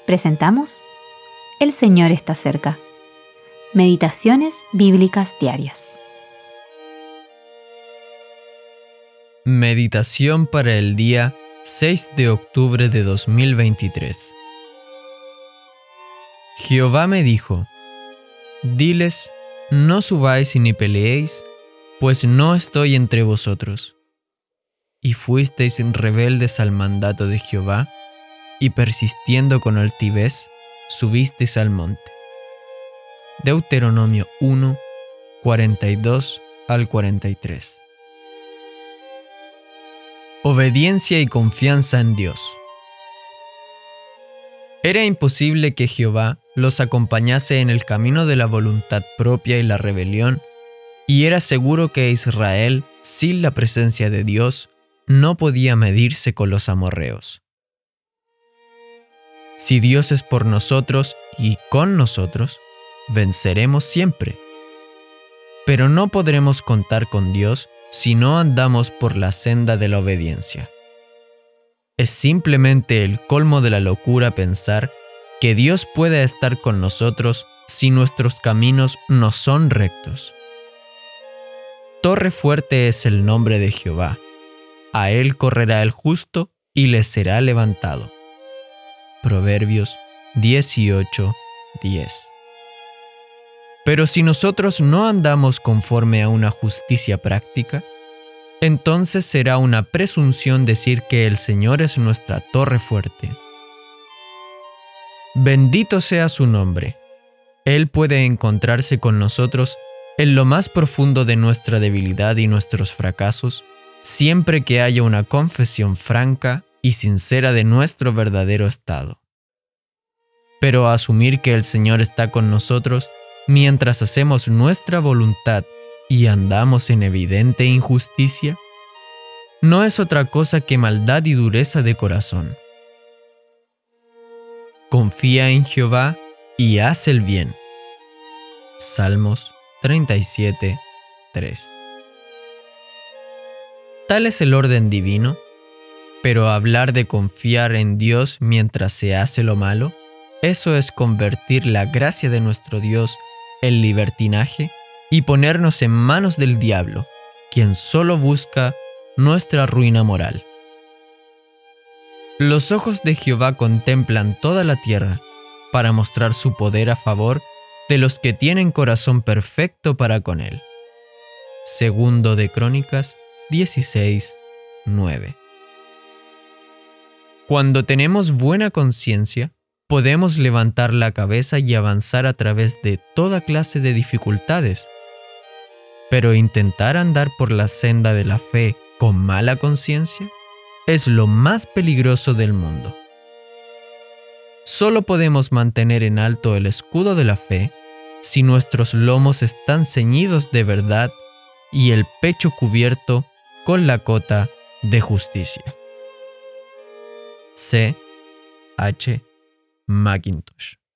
presentamos El Señor está cerca. Meditaciones bíblicas diarias. Meditación para el día 6 de octubre de 2023. Jehová me dijo: diles, no subáis ni peleéis, pues no estoy entre vosotros. Y fuisteis rebeldes al mandato de Jehová, y persistiendo con altivez, subisteis al monte. Deuteronomio 1, 42 al 43. Obediencia y confianza en Dios. Era imposible que Jehová los acompañase en el camino de la voluntad propia y la rebelión, y era seguro que Israel, sin la presencia de Dios, no podía medirse con los amorreos. Si Dios es por nosotros y con nosotros, venceremos siempre. Pero no podremos contar con Dios si no andamos por la senda de la obediencia. Es simplemente el colmo de la locura pensar que Dios pueda estar con nosotros si nuestros caminos no son rectos. Torre fuerte es el nombre de Jehová. A él correrá el justo y le será levantado. Proverbios 18:10. Pero si nosotros no andamos conforme a una justicia práctica, entonces será una presunción decir que el Señor es nuestra torre fuerte. Bendito sea su nombre. Él puede encontrarse con nosotros en lo más profundo de nuestra debilidad y nuestros fracasos, siempre que haya una confesión franca y sincera de nuestro verdadero estado. Pero asumir que el Señor está con nosotros mientras hacemos nuestra voluntad y andamos en evidente injusticia, no es otra cosa que maldad y dureza de corazón. Confía en Jehová y haz el bien. Salmos 37:3. Tal es el orden divino, pero hablar de confiar en Dios mientras se hace lo malo, eso es convertir la gracia de nuestro Dios en libertinaje y ponernos en manos del diablo, quien solo busca nuestra ruina moral. Los ojos de Jehová contemplan toda la tierra para mostrar su poder a favor de los que tienen corazón perfecto para con él. Segundo de Crónicas 16:9. Cuando tenemos buena conciencia, podemos levantar la cabeza y avanzar a través de toda clase de dificultades. Pero intentar andar por la senda de la fe con mala conciencia es lo más peligroso del mundo. Solo podemos mantener en alto el escudo de la fe si nuestros lomos están ceñidos de verdad y el pecho cubierto con la cota de justicia. C. H. Mackintosh.